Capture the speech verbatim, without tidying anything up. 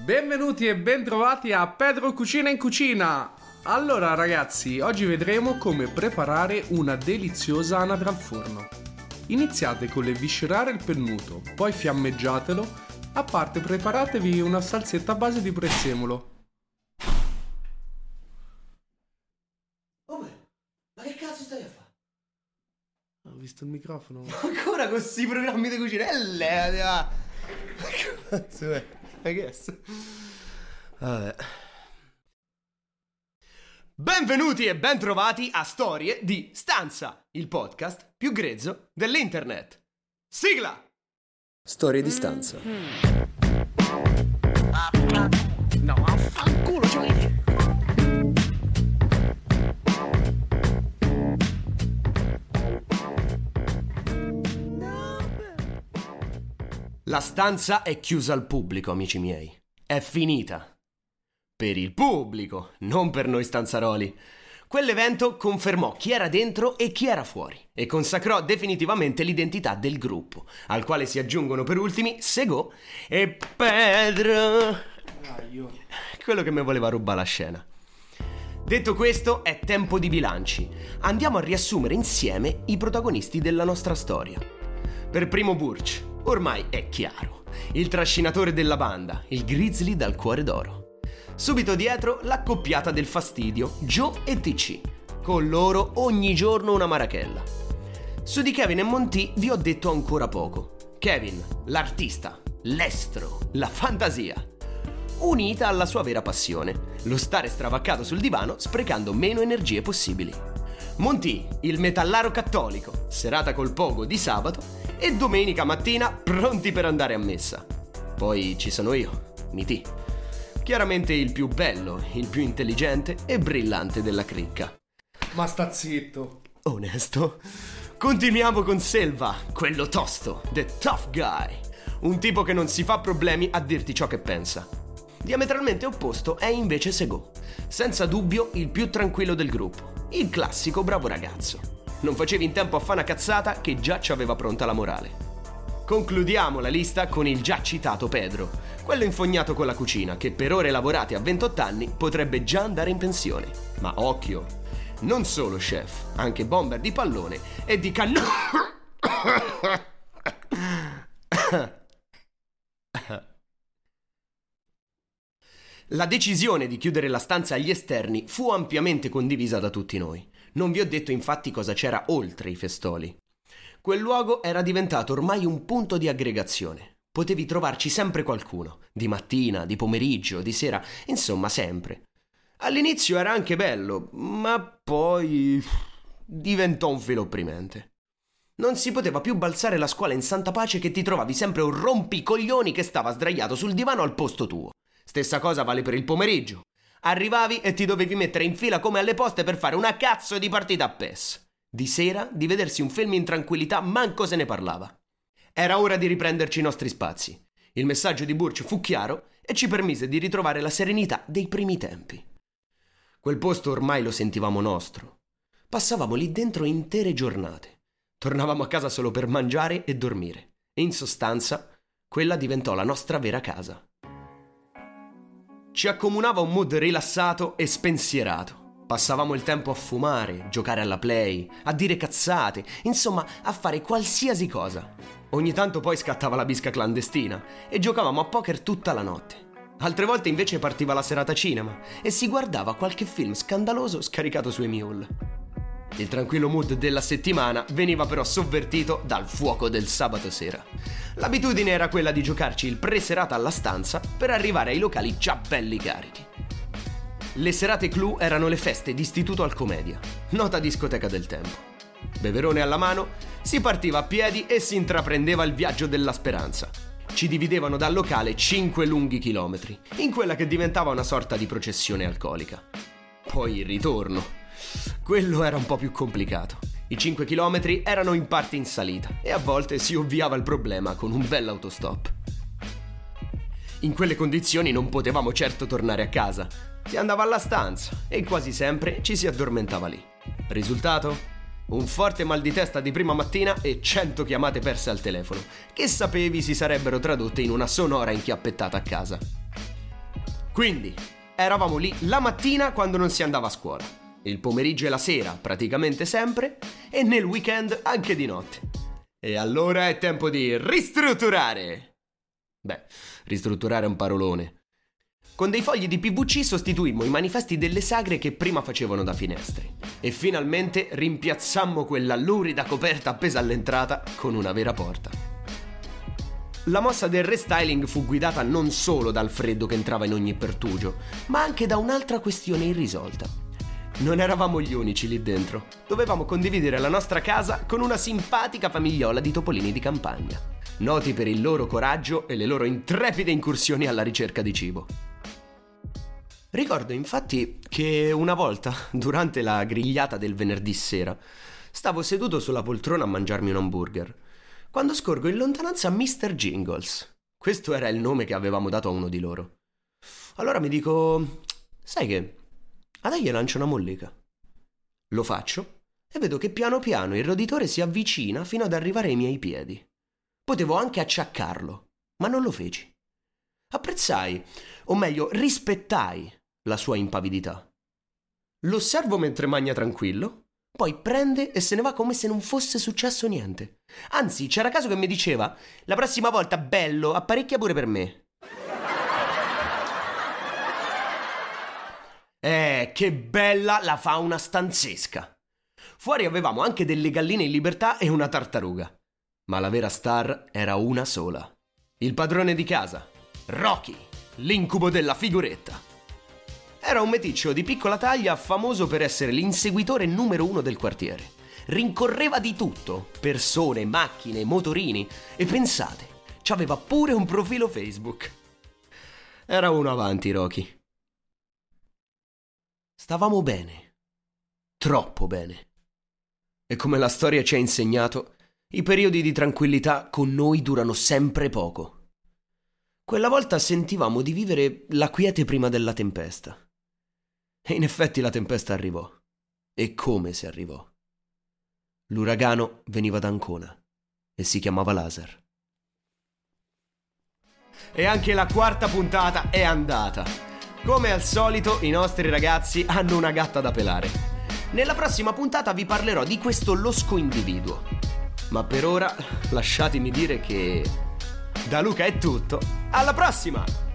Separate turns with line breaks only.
Benvenuti e bentrovati a Pedro Cucina in Cucina! Allora ragazzi, oggi vedremo come preparare una deliziosa anatra al forno. Iniziate con l'eviscerare il pennuto, poi fiammeggiatelo, a parte preparatevi una salsetta a base di prezzemolo.
Oh, ma che cazzo stai a fare?
Ho visto il microfono.
Ancora con questi programmi di cucina? E lei, ma cazzo è? Ma che è? Vabbè. Benvenuti e bentrovati a Storie di Stanza, il podcast più grezzo dell'internet. Sigla! Storie di Stanza.
No, affanculo, cioè.
La stanza è chiusa al pubblico, amici miei. È finita. Per il pubblico, non per noi stanzaroli. Quell'evento confermò chi era dentro e chi era fuori e consacrò definitivamente l'identità del gruppo, al quale si aggiungono per ultimi Segò e Pedro. Quello che mi voleva rubare la scena. Detto questo, è tempo di bilanci. Andiamo a riassumere insieme i protagonisti della nostra storia. Per primo Burch, ormai è chiaro, il trascinatore della banda, il grizzly dal cuore d'oro. Subito dietro l'accoppiata del fastidio, Joe e T C, con loro ogni giorno una marachella. Su di Kevin e Monty vi ho detto ancora poco. Kevin, l'artista, l'estro, la fantasia, unita alla sua vera passione, lo stare stravaccato sul divano sprecando meno energie possibili. Monty, il metallaro cattolico, serata col pogo di sabato e domenica mattina pronti per andare a messa. Poi ci sono io, Niti, chiaramente il più bello, il più intelligente e brillante della cricca.
Ma sta zitto.
Onesto. Continuiamo con Selva, quello tosto, the tough guy, un tipo che non si fa problemi a dirti ciò che pensa. Diametralmente opposto è invece Segò, senza dubbio il più tranquillo del gruppo, il classico bravo ragazzo. Non facevi in tempo a fare una cazzata che già ci aveva pronta la morale. Concludiamo la lista con il già citato Pedro, quello infognato con la cucina che per ore lavorate a ventotto anni potrebbe già andare in pensione. Ma occhio, non solo chef, anche bomber di pallone e di cannone. La decisione di chiudere la stanza agli esterni fu ampiamente condivisa da tutti noi. Non vi ho detto infatti cosa c'era oltre i festoli. Quel luogo era diventato ormai un punto di aggregazione. Potevi trovarci sempre qualcuno, di mattina, di pomeriggio, di sera, insomma sempre. All'inizio era anche bello, ma poi diventò un filo opprimente. Non si poteva più balzare la scuola in santa pace che ti trovavi sempre un rompicoglioni che stava sdraiato sul divano al posto tuo. Stessa cosa vale per il pomeriggio. Arrivavi e ti dovevi mettere in fila come alle poste per fare una cazzo di partita a P E S. Di sera, di vedersi un film in tranquillità, manco se ne parlava. Era ora di riprenderci i nostri spazi. Il messaggio di Burch fu chiaro e ci permise di ritrovare la serenità dei primi tempi. Quel posto ormai lo sentivamo nostro. Passavamo lì dentro intere giornate. Tornavamo a casa solo per mangiare e dormire. E in sostanza, quella diventò la nostra vera casa. Ci accomunava un mood rilassato e spensierato. Passavamo il tempo a fumare, giocare alla play, a dire cazzate, insomma a fare qualsiasi cosa. Ogni tanto poi scattava la bisca clandestina e giocavamo a poker tutta la notte. Altre volte invece partiva la serata cinema e si guardava qualche film scandaloso scaricato su Emule. Il tranquillo mood della settimana veniva però sovvertito dal fuoco del sabato sera. L'abitudine era quella di giocarci il pre-serata alla stanza per arrivare ai locali già belli carichi. Le serate clou erano le feste d'istituto al Commedia, nota discoteca del tempo. Beverone alla mano, si partiva a piedi e si intraprendeva il viaggio della speranza. Ci dividevano dal locale cinque lunghi chilometri, in quella che diventava una sorta di processione alcolica. Poi il ritorno. Quello era un po' più complicato. I cinque chilometri erano in parte in salita e a volte si ovviava il problema con un bel autostop. In quelle condizioni non potevamo certo tornare a casa. Si andava alla stanza e quasi sempre ci si addormentava lì. Risultato? Un forte mal di testa di prima mattina e cento chiamate perse al telefono, che sapevi si sarebbero tradotte in una sonora inchiappettata a casa. Quindi, eravamo lì la mattina quando non si andava a scuola, il pomeriggio e la sera praticamente sempre, e nel weekend anche di notte. E allora è tempo di ristrutturare! Beh, ristrutturare è un parolone. Con dei fogli di P V C sostituimmo i manifesti delle sagre che prima facevano da finestri. E finalmente rimpiazzammo quella lurida coperta appesa all'entrata con una vera porta. La mossa del restyling fu guidata non solo dal freddo che entrava in ogni pertugio, ma anche da un'altra questione irrisolta. Non eravamo gli unici lì dentro. Dovevamo condividere la nostra casa con una simpatica famigliola di topolini di campagna, noti per il loro coraggio e le loro intrepide incursioni alla ricerca di cibo. Ricordo infatti che una volta, durante la grigliata del venerdì sera, stavo seduto sulla poltrona a mangiarmi un hamburger, quando scorgo in lontananza mister Jingles. Questo era il nome che avevamo dato a uno di loro. Allora mi dico, sai che, adesso gli lancio una mollica. Lo faccio e vedo che piano piano il roditore si avvicina fino ad arrivare ai miei piedi. Potevo anche acciaccarlo, ma non lo feci. Apprezzai, o meglio rispettai, la sua impavidità. L'osservo mentre mangia tranquillo, poi prende e se ne va come se non fosse successo niente. Anzi, c'era caso che mi diceva: la prossima volta, bello, apparecchia pure per me. Eh, che bella la fauna stanzesca. Fuori avevamo anche delle galline in libertà e una tartaruga. Ma la vera star era una sola. Il padrone di casa, Rocky, l'incubo della figuretta. Era un meticcio di piccola taglia famoso per essere l'inseguitore numero uno del quartiere. Rincorreva di tutto, persone, macchine, motorini, e pensate, c'aveva pure un profilo Facebook. Era uno avanti, Rocky. Stavamo bene, troppo bene. E come la storia ci ha insegnato, i periodi di tranquillità con noi durano sempre poco. Quella volta sentivamo di vivere la quiete prima della tempesta. E in effetti la tempesta arrivò. E come se arrivò. L'uragano veniva da Ancona e si chiamava Laser. E anche la quarta puntata è andata. Come al solito, i nostri ragazzi hanno una gatta da pelare. Nella prossima puntata vi parlerò di questo losco individuo. Ma per ora lasciatemi dire che da Luca è tutto. Alla prossima!